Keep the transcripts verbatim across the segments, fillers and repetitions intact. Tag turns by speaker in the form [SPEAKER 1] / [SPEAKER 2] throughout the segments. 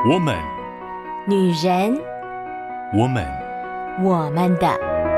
[SPEAKER 1] 我们，
[SPEAKER 2] 女人，
[SPEAKER 1] 我们，
[SPEAKER 2] 我们的。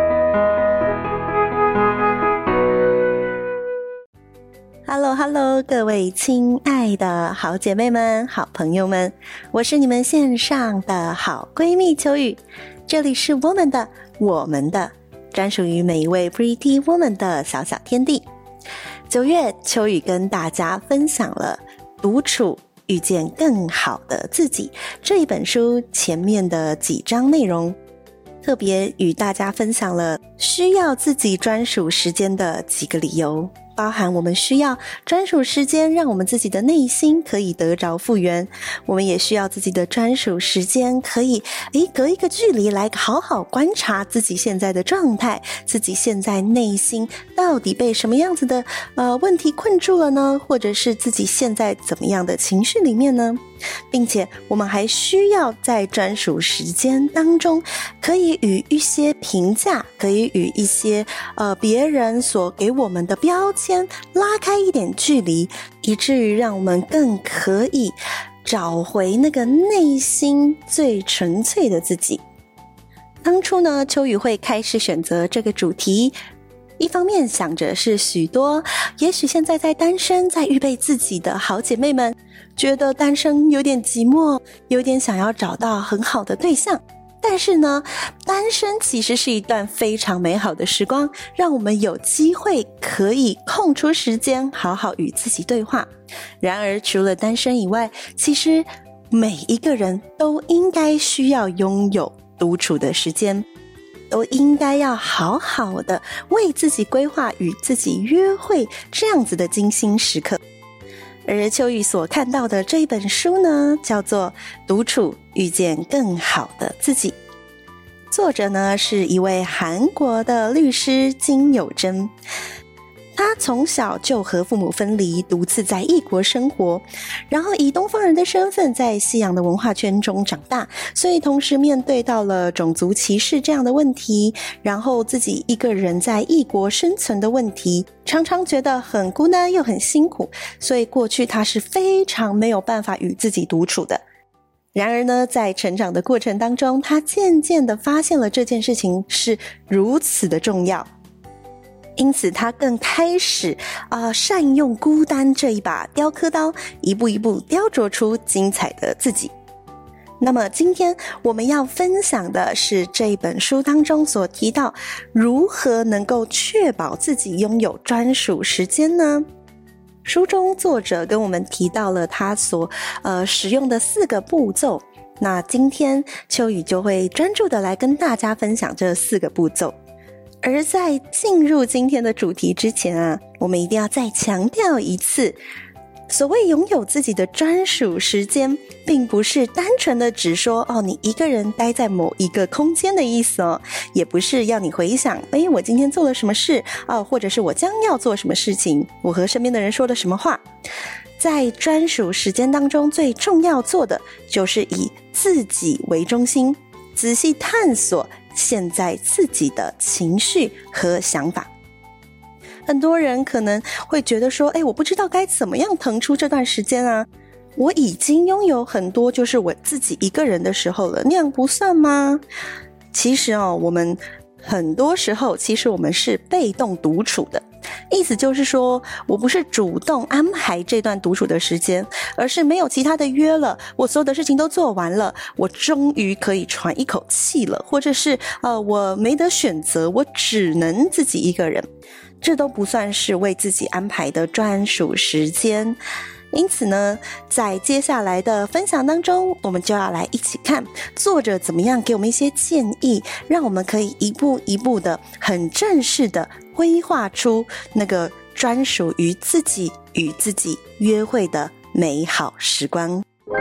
[SPEAKER 3] Hello Hello， 各位亲爱的好姐妹们、好朋友们，我是你们线上的好闺蜜秋雨，这里是我们的我们的专属于每一位 Pretty Woman 的小小天地。九月，秋雨跟大家分享了独处遇见更好的自己这一本书前面的几章内容，特别与大家分享了需要自己专属时间的几个理由，包含我们需要专属时间让我们自己的内心可以得着复原，我们也需要自己的专属时间可以诶隔一个距离来好好观察自己现在的状态，自己现在内心到底被什么样子的呃问题困住了呢？或者是自己现在怎么样的情绪里面呢？并且我们还需要在专属时间当中可以与一些评价，可以与一些呃别人所给我们的标签拉开一点距离，以至于让我们更可以找回那个内心最纯粹的自己。当初呢，秋雨会开始选择这个主题，一方面想着是许多也许现在在单身在预备自己的好姐妹们觉得单身有点寂寞，有点想要找到很好的对象，但是呢，单身其实是一段非常美好的时光，让我们有机会可以空出时间好好与自己对话。然而除了单身以外，其实每一个人都应该需要拥有独处的时间，都应该要好好的为自己规划与自己约会这样子的精心时刻。而秋雨所看到的这一本书呢，叫做《独处遇见更好的自己》，作者呢是一位韩国的律师金有珍。他从小就和父母分离，独自在异国生活，然后以东方人的身份在西洋的文化圈中长大，所以同时面对到了种族歧视这样的问题，然后自己一个人在异国生存的问题，常常觉得很孤单又很辛苦，所以过去他是非常没有办法与自己独处的。然而呢，在成长的过程当中，他渐渐的发现了这件事情是如此的重要，因此他更开始啊、呃、善用孤单这一把雕刻刀，一步一步雕琢出精彩的自己。那么今天我们要分享的是这一本书当中所提到如何能够确保自己拥有专属时间呢？书中作者跟我们提到了他所呃使用的四个步骤，那今天秋雨就会专注的来跟大家分享这四个步骤。而在进入今天的主题之前啊，我们一定要再强调一次，所谓拥有自己的专属时间，并不是单纯的只说哦，你一个人待在某一个空间的意思哦，也不是要你回想，诶，我今天做了什么事哦，或者是我将要做什么事情，我和身边的人说了什么话。在专属时间当中，最重要做的就是以自己为中心，仔细探索现在自己的情绪和想法。很多人可能会觉得说，诶，我不知道该怎么样腾出这段时间啊，我已经拥有很多就是我自己一个人的时候了，那样不算吗？其实哦，我们很多时候其实我们是被动独处的，意思就是说我不是主动安排这段独处的时间，而是没有其他的约了，我所有的事情都做完了，我终于可以喘一口气了，或者是呃，我没得选择，我只能自己一个人，这都不算是为自己安排的专属时间。因此呢，在接下来的分享当中，我们就要来一起看作者怎么样给我们一些建议，让我们可以一步一步的很正式的规划出那个专属于自己与自己约会的美好时光。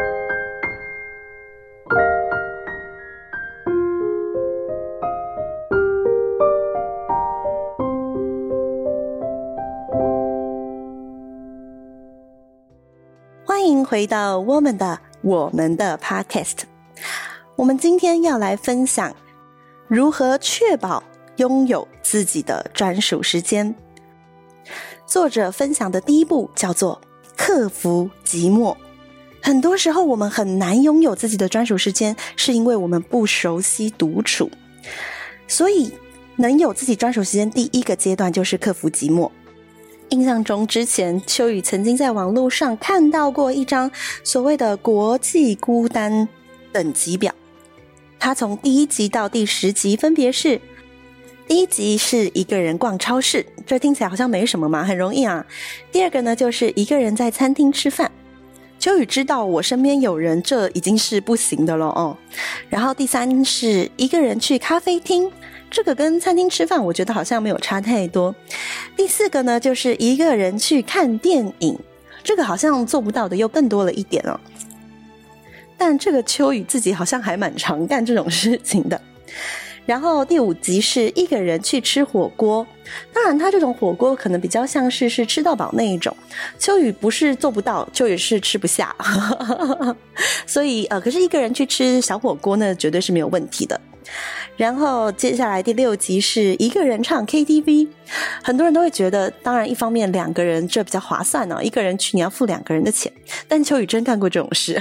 [SPEAKER 3] 欢迎回到我们的我们的 Podcast。 我们今天要来分享如何确保拥有自己的专属时间。作者分享的第一步叫做克服寂寞。 很多时候我们很难拥有自己的专属时间，是因为我们不熟悉独处。所以能有自己专属时间，第一个阶段就是克服寂寞。印象中之前秋雨曾经在网络上看到过一张所谓的国际孤单等级表，它从第一集到第十集分别是：第一集是一个人逛超市，这听起来好像没什么嘛，很容易啊。第二个呢，就是一个人在餐厅吃饭，秋雨知道我身边有人，这已经是不行的了哦。然后第三是一个人去咖啡厅，这个跟餐厅吃饭我觉得好像没有差太多。第四个呢，就是一个人去看电影，这个好像做不到的又更多了一点哦。但这个秋雨自己好像还蛮常干这种事情的。然后第五集是一个人去吃火锅，当然他这种火锅可能比较像是是吃到饱那一种，秋雨不是做不到，秋雨是吃不下所以呃，可是一个人去吃小火锅呢，绝对是没有问题的。然后接下来第六集是一个人唱 K T V， 很多人都会觉得，当然一方面两个人这比较划算哦，一个人去你要付两个人的钱，但秋雨真干过这种事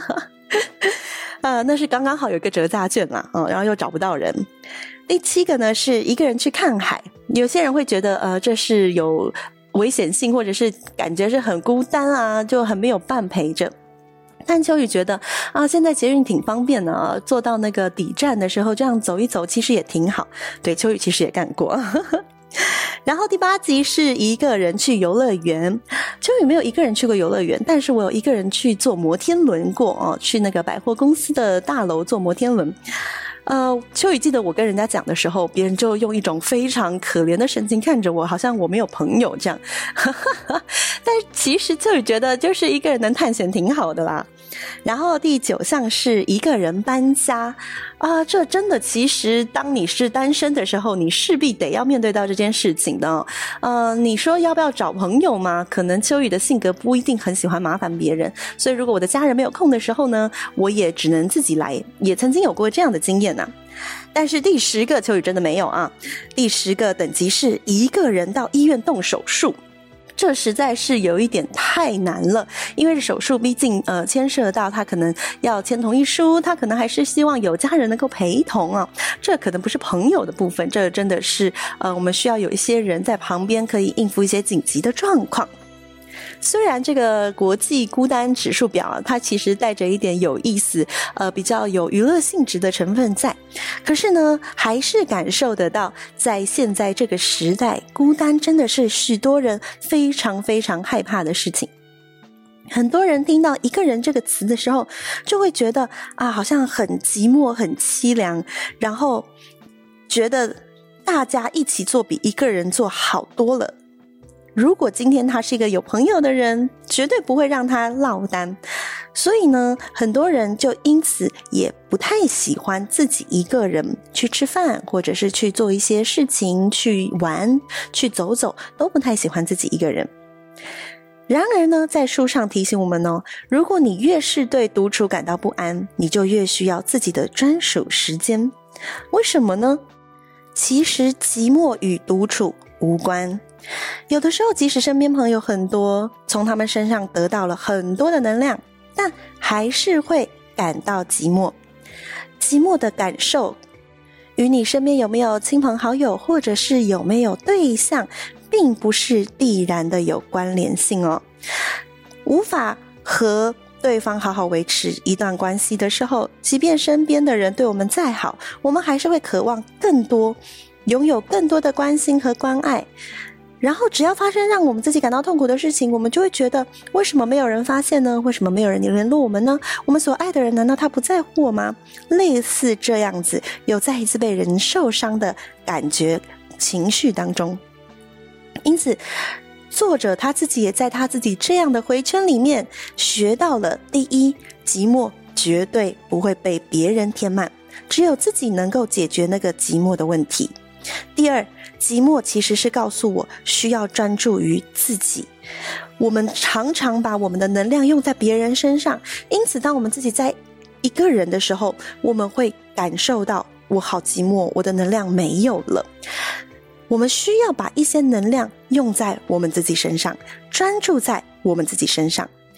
[SPEAKER 3] 呃，那是刚刚好有一个折价券啦，嗯，然后又找不到人。第七个呢是一个人去看海，有些人会觉得呃这是有危险性，或者是感觉是很孤单啊，就很没有伴陪着。但秋雨觉得啊，现在捷运挺方便的啊，坐到那个底站的时候这样走一走其实也挺好。对，秋雨其实也干过然后第八集是一个人去游乐园，秋雨没有一个人去过游乐园，但是我有一个人去坐摩天轮过哦，去那个百货公司的大楼坐摩天轮。呃，秋雨记得我跟人家讲的时候，别人就用一种非常可怜的神情看着我，好像我没有朋友这样但是其实秋雨觉得就是一个人能探险挺好的啦。然后第九项是一个人搬家啊、呃，这真的其实当你是单身的时候，你势必得要面对到这件事情的哦。呃，你说要不要找朋友吗？可能秋雨的性格不一定很喜欢麻烦别人，所以如果我的家人没有空的时候呢，我也只能自己来，也曾经有过这样的经验啊。但是第十个秋雨真的没有啊，第十个等级是一个人到医院动手术。这实在是有一点太难了，因为手术毕竟呃牵涉到他可能要签同意书，他可能还是希望有家人能够陪同啊，这可能不是朋友的部分，这真的是呃我们需要有一些人在旁边可以应付一些紧急的状况。虽然这个国际孤单指数表啊，它其实带着一点有意思呃，比较有娱乐性质的成分在，可是呢还是感受得到在现在这个时代，孤单真的是许多人非常非常害怕的事情。很多人听到一个人这个词的时候，就会觉得啊，好像很寂寞很凄凉，然后觉得大家一起做比一个人做好多了。如果今天他是一个有朋友的人，绝对不会让他落单。所以呢，很多人就因此也不太喜欢自己一个人去吃饭，或者是去做一些事情，去玩，去走走，都不太喜欢自己一个人。然而呢，在书上提醒我们哦，如果你越是对独处感到不安，你就越需要自己的专属时间。为什么呢？其实寂寞与独处无关。有的时候即使身边朋友很多，从他们身上得到了很多的能量，但还是会感到寂寞。寂寞的感受与你身边有没有亲朋好友，或者是有没有对象，并不是必然的有关联性哦。无法和对方好好维持一段关系的时候，即便身边的人对我们再好，我们还是会渴望更多，拥有更多的关心和关爱。然后只要发生让我们自己感到痛苦的事情，我们就会觉得为什么没有人发现呢？为什么没有人联络我们呢？我们所爱的人难道他不在乎我吗？类似这样子有再一次被人受伤的感觉情绪当中。因此作者他自己也在他自己这样的回圈里面学到了，第一，寂寞绝对不会被别人填满，只有自己能够解决那个寂寞的问题。第二，寂寞其实是告诉我需要专注于自己。我们常常把我们的能量用在别人身上，因此当我们自己在一个人的时候，我们会感受到我好寂寞，我的能量没有了。我们需要把一些能量用在我们自己身上，专注在我们自己身上。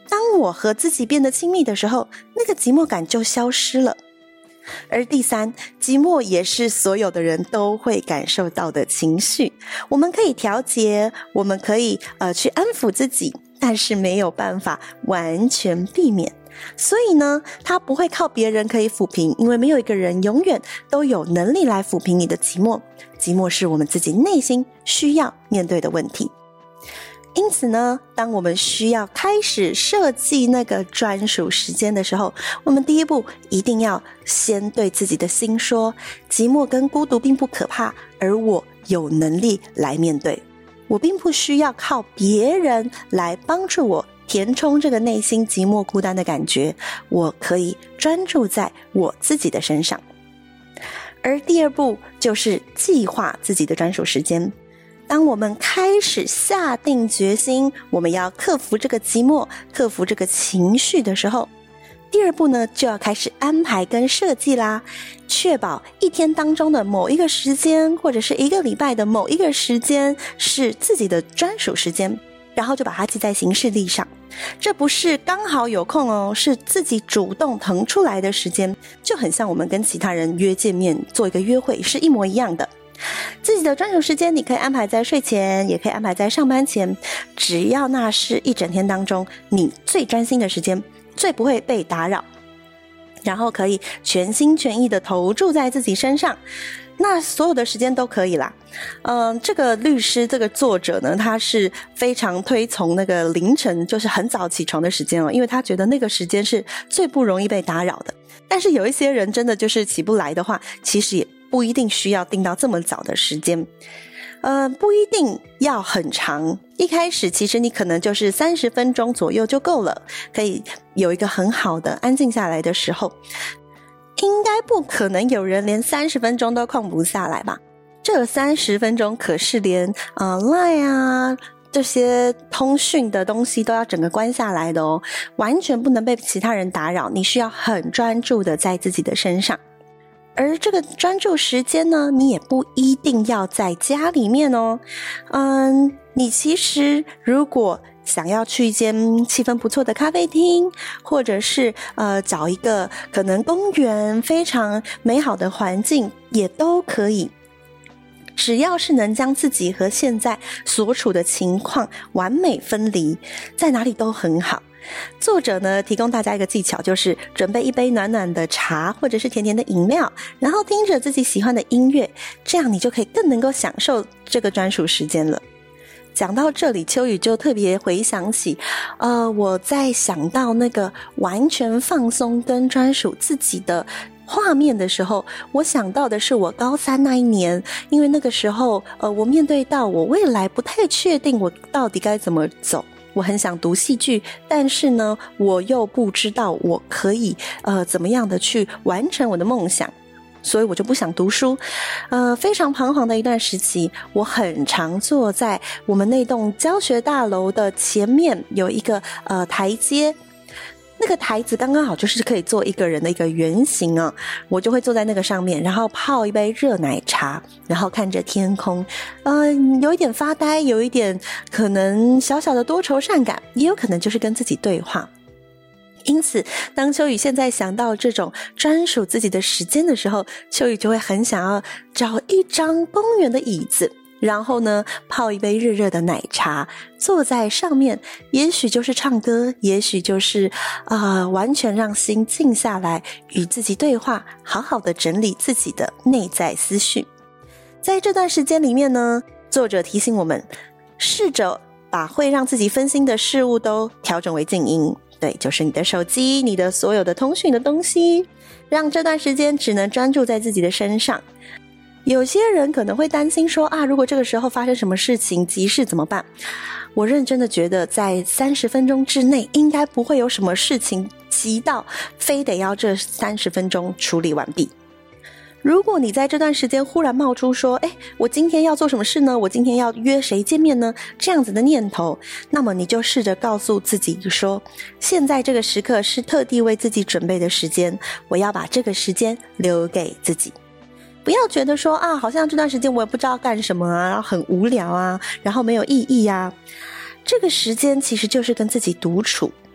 [SPEAKER 3] 当我和自己变得亲密的时候，那个寂寞感就消失了。而第三，寂寞也是所有的人都会感受到的情绪，我们可以调节，我们可以呃去安抚自己，但是没有办法完全避免。所以呢，它不会靠别人可以抚平，因为没有一个人永远都有能力来抚平你的寂寞。寂寞是我们自己内心需要面对的问题。因此呢，当我们需要开始设计那个专属时间的时候，我们第一步一定要先对自己的心说，寂寞跟孤独并不可怕，而我有能力来面对。我并不需要靠别人来帮助我填充这个内心寂寞孤单的感觉，我可以专注在我自己的身上。而第二步就是计划自己的专属时间。当我们开始下定决心，我们要克服这个寂寞，克服这个情绪的时候，第二步呢，就要开始安排跟设计啦，确保一天当中的某一个时间，或者是一个礼拜的某一个时间是自己的专属时间，然后就把它记在行事历上。这不是刚好有空哦，是自己主动腾出来的时间，就很像我们跟其他人约见面做一个约会是一模一样的。自己的专属时间你可以安排在睡前，也可以安排在上班前，只要那是一整天当中你最专心的时间，最不会被打扰，然后可以全心全意的投注在自己身上，那所有的时间都可以啦。嗯，这个律师这个作者呢，他是非常推崇那个凌晨，就是很早起床的时间哦，因为他觉得那个时间是最不容易被打扰的。但是有一些人真的就是起不来的话，其实也不一定需要定到这么早的时间，呃，不一定要很长。一开始其实你可能就是三十分钟左右就够了，可以有一个很好的安静下来的时候。应该不可能有人连三十分钟都空不下来吧？这三十分钟可是连呃 Line 啊这些通讯的东西都要整个关下来的哦，完全不能被其他人打扰，你需要很专注的在自己的身上。而这个专注时间呢，你也不一定要在家里面哦。嗯，你其实如果想要去一间气氛不错的咖啡厅，或者是呃找一个可能公园非常美好的环境，也都可以。只要是能将自己和现在所处的情况完美分离，在哪里都很好。作者呢提供大家一个技巧，就是准备一杯暖暖的茶或者是甜甜的饮料，然后听着自己喜欢的音乐，这样你就可以更能够享受这个专属时间了。讲到这里，秋雨就特别回想起呃，我在想到那个完全放松跟专属自己的画面的时候，我想到的是我高三那一年，因为那个时候呃，我面对到我未来不太确定我到底该怎么走，我很想读戏剧，但是呢我又不知道我可以呃怎么样的去完成我的梦想，所以我就不想读书，呃，非常彷徨的一段时期。我很常坐在我们那栋教学大楼的前面，有一个呃台阶，那个台子刚刚好就是可以坐一个人的一个圆形啊，我就会坐在那个上面，然后泡一杯热奶茶，然后看着天空，呃，有一点发呆，有一点可能小小的多愁善感，也有可能就是跟自己对话。因此当秋雨现在想到这种专属自己的时间的时候，秋雨就会很想要找一张公园的椅子，然后呢泡一杯热热的奶茶，坐在上面，也许就是唱歌，也许就是呃，完全让心静下来，与自己对话，好好的整理自己的内在思绪。在这段时间里面呢，作者提醒我们，试着把会让自己分心的事物都调整为静音，对，就是你的手机，你的所有的通讯的东西，让这段时间只能专注在自己的身上。有些人可能会担心说啊，如果这个时候发生什么事情，急事怎么办？我认真的觉得在三十分钟之内应该不会有什么事情急到非得要这三十分钟处理完毕。如果你在这段时间忽然冒出说，诶，我今天要做什么事呢？我今天要约谁见面呢？这样子的念头，那么你就试着告诉自己说，现在这个时刻是特地为自己准备的时间，我要把这个时间留给自己。不要觉得说啊，好像这段时间我也不知道干什么啊，然后很无聊啊，然后没有意义啊。这个时间其实就是跟自己独处，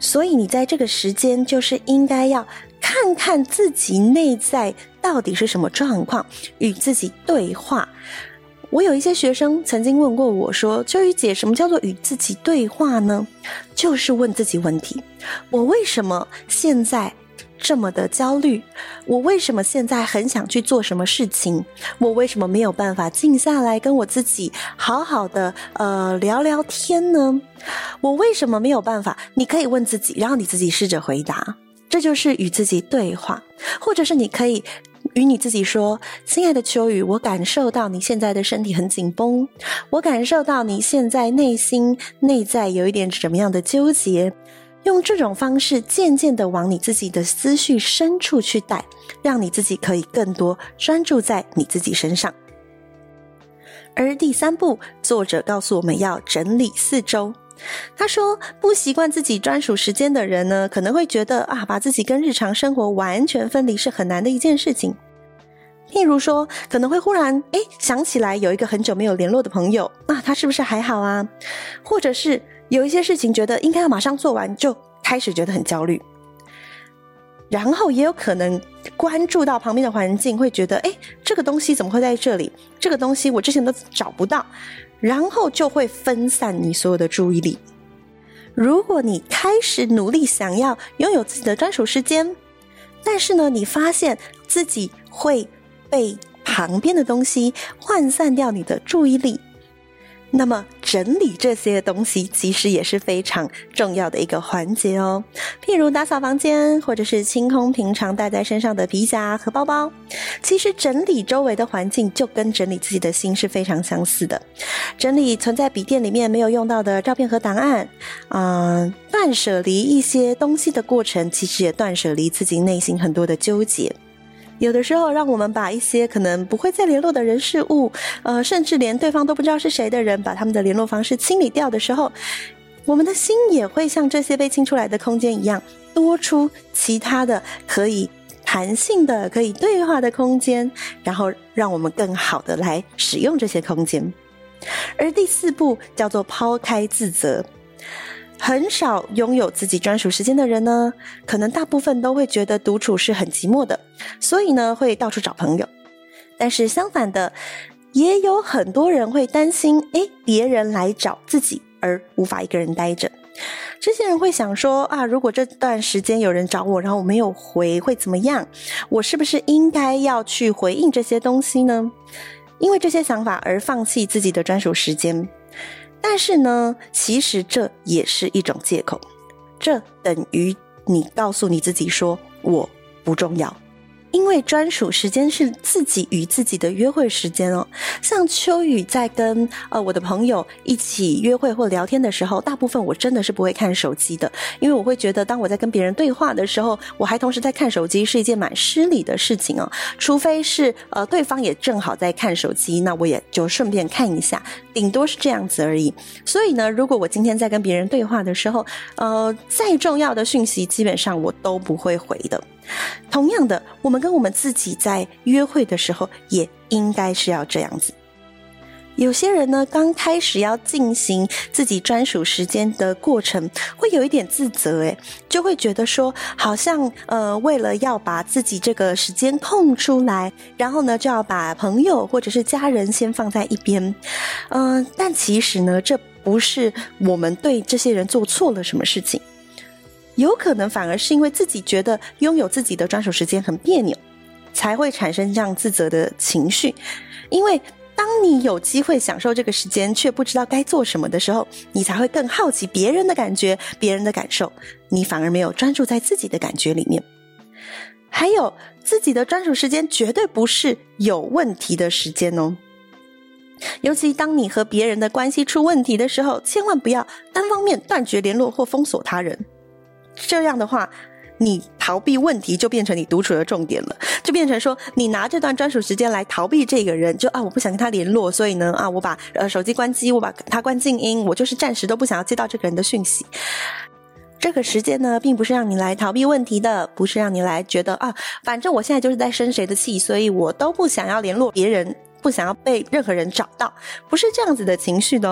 [SPEAKER 3] 所以你在这个时间就是应该要看看自己内在到底是什么状况，与自己对话。我有一些学生曾经问过我说，秋雨姐，什么叫做与自己对话呢？就是问自己问题，我为什么现在这么的焦虑？我为什么现在很想去做什么事情？我为什么没有办法静下来跟我自己好好的呃聊聊天呢？我为什么没有办法？你可以问自己，然后你自己试着回答，这就是与自己对话。或者是你可以与你自己说，亲爱的秋雨，我感受到你现在的身体很紧绷，我感受到你现在内心内在有一点什么样的纠结，用这种方式渐渐的往你自己的思绪深处去带，让你自己可以更多专注在你自己身上。而第三步，作者告诉我们要整理四周。他说，不习惯自己专属时间的人呢，可能会觉得啊，把自己跟日常生活完全分离是很难的一件事情。譬如说，可能会忽然诶想起来有一个很久没有联络的朋友啊，他是不是还好啊？或者是有一些事情觉得应该要马上做完，就开始觉得很焦虑。然后也有可能关注到旁边的环境，会觉得诶这个东西怎么会在这里？这个东西我之前都找不到，然后就会分散你所有的注意力。如果你开始努力想要拥有自己的专属时间，但是呢，你发现自己会被旁边的东西涣散掉你的注意力，那么整理这些东西其实也是非常重要的一个环节哦。譬如打扫房间，或者是清空平常带在身上的皮夹和包包。其实整理周围的环境就跟整理自己的心是非常相似的。整理存在笔电里面没有用到的照片和档案，嗯，断舍离一些东西的过程，其实也断舍离自己内心很多的纠结。有的时候让我们把一些可能不会再联络的人事物，呃，甚至连对方都不知道是谁的人，把他们的联络方式清理掉的时候，我们的心也会像这些被清出来的空间一样，多出其他的可以弹性的可以对话的空间，然后让我们更好的来使用这些空间。而第四步叫做抛开自责。很少拥有自己专属时间的人呢，可能大部分都会觉得独处是很寂寞的，所以呢会到处找朋友。但是相反的，也有很多人会担心诶别人来找自己而无法一个人待着。这些人会想说啊，如果这段时间有人找我，然后我没有回，会怎么样？我是不是应该要去回应这些东西呢？因为这些想法而放弃自己的专属时间。但是呢，其实这也是一种借口，这等于你告诉你自己说我不重要。因为专属时间是自己与自己的约会时间哦。像秋雨在跟呃我的朋友一起约会或聊天的时候，大部分我真的是不会看手机的，因为我会觉得当我在跟别人对话的时候，我还同时在看手机是一件蛮失礼的事情哦。除非是呃对方也正好在看手机，那我也就顺便看一下，顶多是这样子而已。所以呢，如果我今天在跟别人对话的时候，呃再重要的讯息基本上我都不会回的。同样的，我们跟我们自己在约会的时候也应该是要这样子。有些人呢，刚开始要进行自己专属时间的过程，会有一点自责诶，就会觉得说好像呃，为了要把自己这个时间空出来，然后呢就要把朋友或者是家人先放在一边。嗯、呃，但其实呢，这不是我们对这些人做错了什么事情，有可能反而是因为自己觉得拥有自己的专属时间很别扭，才会产生这样自责的情绪。因为当你有机会享受这个时间却不知道该做什么的时候，你才会更好奇别人的感觉，别人的感受，你反而没有专注在自己的感觉里面。还有，自己的专属时间绝对不是有问题的时间哦。尤其当你和别人的关系出问题的时候，千万不要单方面断绝联络或封锁他人。这样的话，你逃避问题就变成你独处的重点了，就变成说你拿这段专属时间来逃避这个人，就啊我不想跟他联络，所以呢啊我把呃手机关机，我把他关静音，我就是暂时都不想要接到这个人的讯息。这个时间呢，并不是让你来逃避问题的，不是让你来觉得啊反正我现在就是在生谁的气，所以我都不想要联络别人，不想要被任何人找到，不是这样子的情绪的哦。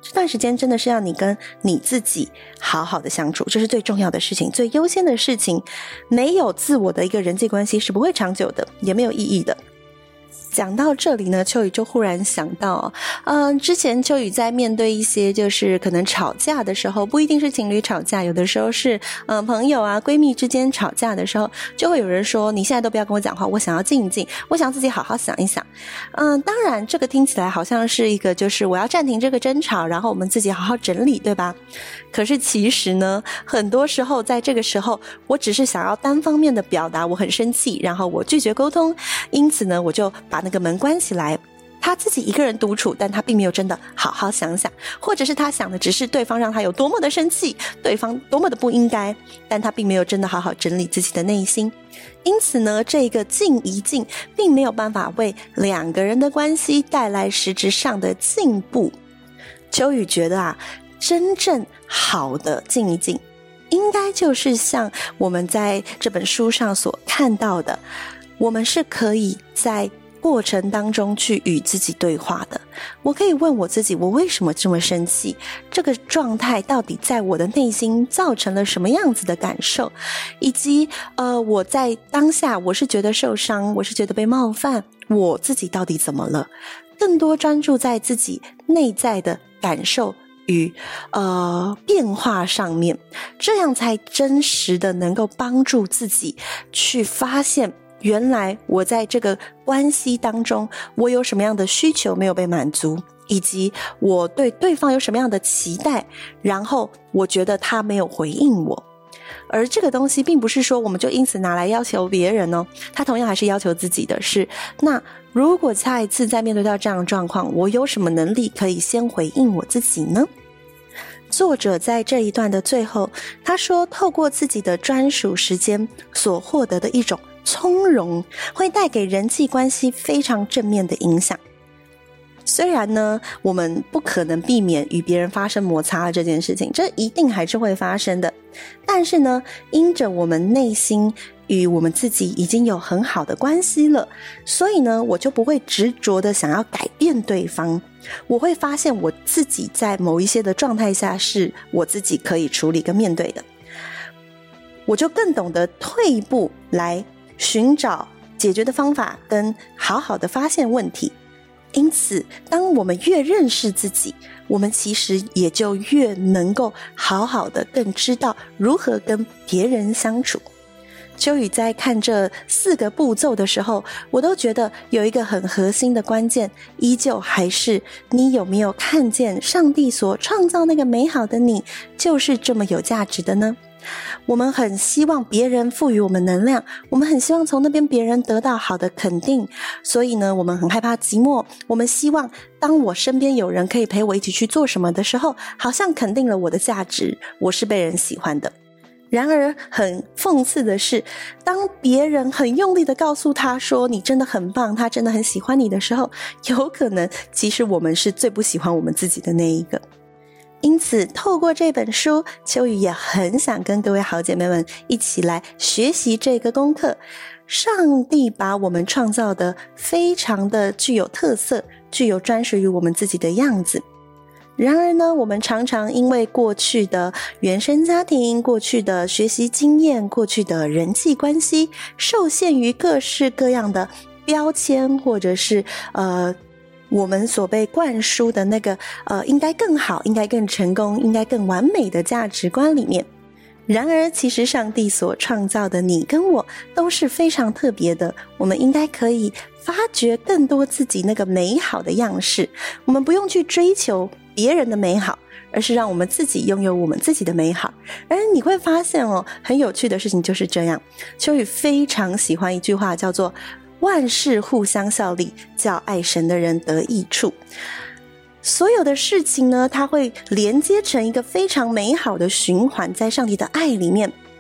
[SPEAKER 3] 这段时间真的是要你跟你自己好好的相处，这是最重要的事情，最优先的事情。没有自我的一个人际关系是不会长久的，也没有意义的。讲到这里呢，秋雨就忽然想到，嗯、呃，之前秋雨在面对一些就是可能吵架的时候，不一定是情侣吵架，有的时候是嗯、呃、朋友啊闺蜜之间吵架的时候，就会有人说你现在都不要跟我讲话，我想要静一静，我想自己好好想一想。嗯，当然这个听起来好像是一个就是我要暂停这个争吵，然后我们自己好好整理，对吧？可是其实呢，很多时候在这个时候，我只是想要单方面的表达我很生气，然后我拒绝沟通，因此呢，我就把那个门关起来，他自己一个人独处，但他并没有真的好好想想，或者是他想的只是对方让他有多么的生气，对方多么的不应该，但他并没有真的好好整理自己的内心。因此呢，这个静一静并没有办法为两个人的关系带来实质上的进步。秋雨觉得啊，真正好的静一静，应该就是像我们在这本书上所看到的，我们是可以在过程当中去与自己对话的。我可以问我自己，我为什么这么生气？这个状态到底在我的内心造成了什么样子的感受？以及呃，我在当下我是觉得受伤，我是觉得被冒犯，我自己到底怎么了？更多专注在自己内在的感受与呃变化上面，这样才真实的能够帮助自己去发现，原来我在这个关系当中，我有什么样的需求没有被满足，以及我对对方有什么样的期待，然后我觉得他没有回应我。而这个东西并不是说我们就因此拿来要求别人哦，他同样还是要求自己的是，那如果下一次再面对到这样的状况，我有什么能力可以先回应我自己呢？作者在这一段的最后，他说透过自己的专属时间所获得的一种从容，会带给人际关系非常正面的影响。虽然呢，我们不可能避免与别人发生摩擦这件事情，这一定还是会发生的。但是呢，因着我们内心与我们自己已经有很好的关系了，所以呢，我就不会执着的想要改变对方。我会发现我自己在某一些的状态下是我自己可以处理跟面对的，我就更懂得退一步来寻找解决的方法，跟好好的发现问题。因此，当我们越认识自己，我们其实也就越能够好好的更知道如何跟别人相处。秋雨在看这四个步骤的时候，我都觉得有一个很核心的关键，依旧还是你有没有看见上帝所创造那个美好的你，就是这么有价值的呢？我们很希望别人赋予我们能量，我们很希望从那边别人得到好的肯定，所以呢，我们很害怕寂寞，我们希望当我身边有人可以陪我一起去做什么的时候，好像肯定了我的价值，我是被人喜欢的。然而很讽刺的是，当别人很用力的告诉他说你真的很棒，他真的很喜欢你的时候，有可能其实我们是最不喜欢我们自己的那一个。因此透过这本书，秋雨也很想跟各位好姐妹们一起来学习这个功课。上帝把我们创造的非常的具有特色，具有专属于我们自己的样子。然而呢，我们常常因为过去的原生家庭，过去的学习经验，过去的人际关系，受限于各式各样的标签，或者是呃我们所被灌输的那个呃应该更好，应该更成功，应该更完美的价值观里面。然而其实上帝所创造的你跟我都是非常特别的，我们应该可以发掘更多自己那个美好的样式。我们不用去追求别人的美好，而是让我们自己拥有我们自己的美好。而你会发现哦，很有趣的事情就是这样。秋雨非常喜欢一句话，叫做万事互相效力，叫爱神的人得益处。所有的事情呢，它会连接成一个非常美好的循环，在上帝的爱里面。因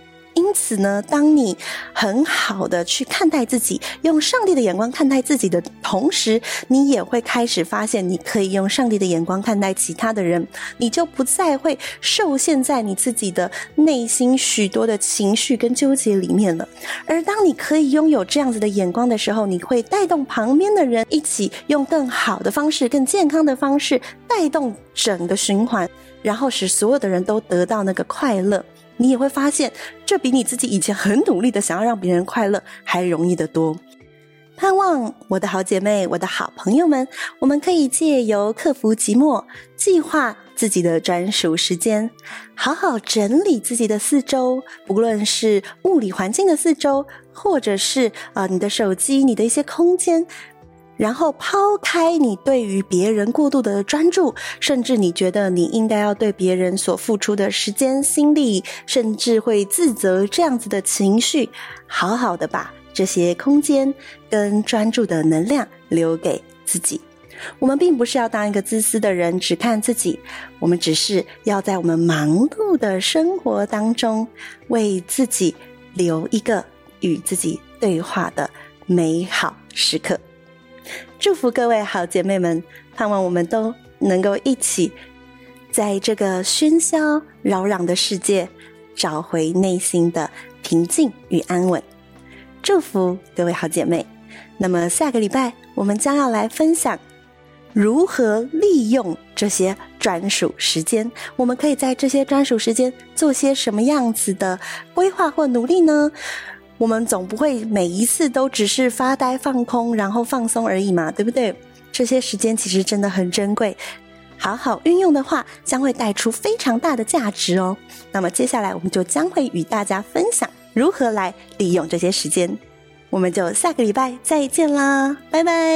[SPEAKER 3] 因此呢，当你很好的去看待自己，用上帝的眼光看待自己的同时，你也会开始发现你可以用上帝的眼光看待其他的人，你就不再会受限在你自己的内心许多的情绪跟纠结里面了。而当你可以拥有这样子的眼光的时候，你会带动旁边的人一起用更好的方式，更健康的方式带动整个循环，然后使所有的人都得到那个快乐。你也会发现这比你自己以前很努力的想要让别人快乐还容易得多。盼望我的好姐妹，我的好朋友们，我们可以借由克服寂寞，计划自己的专属时间，好好整理自己的四周，不论是物理环境的四周，或者是呃你的手机，你的一些空间，然后抛开你对于别人过度的专注，甚至你觉得你应该要对别人所付出的时间心力，甚至会自责这样子的情绪，好好的把这些空间跟专注的能量留给自己。我们并不是要当一个自私的人，只看自己，我们只是要在我们忙碌的生活当中，为自己留一个与自己对话的美好时刻。祝福各位好姐妹们，盼望我们都能够一起在这个喧嚣扰攘的世界找回内心的平静与安稳。祝福各位好姐妹。那么下个礼拜我们将要来分享如何利用这些专属时间，我们可以在这些专属时间做些什么样子的规划或努力呢？我们总不会每一次都只是发呆放空然后放松而已嘛，对不对？这些时间其实真的很珍贵，好好运用的话将会带出非常大的价值哦。那么接下来我们就将会与大家分享如何来利用这些时间，我们就下个礼拜再见啦，拜拜。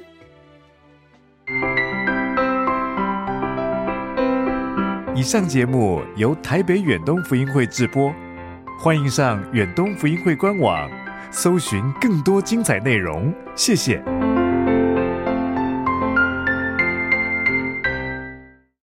[SPEAKER 1] 以上节目由台北远东福音会制播，欢迎上远东福音会官网搜寻更多精彩内容，谢谢。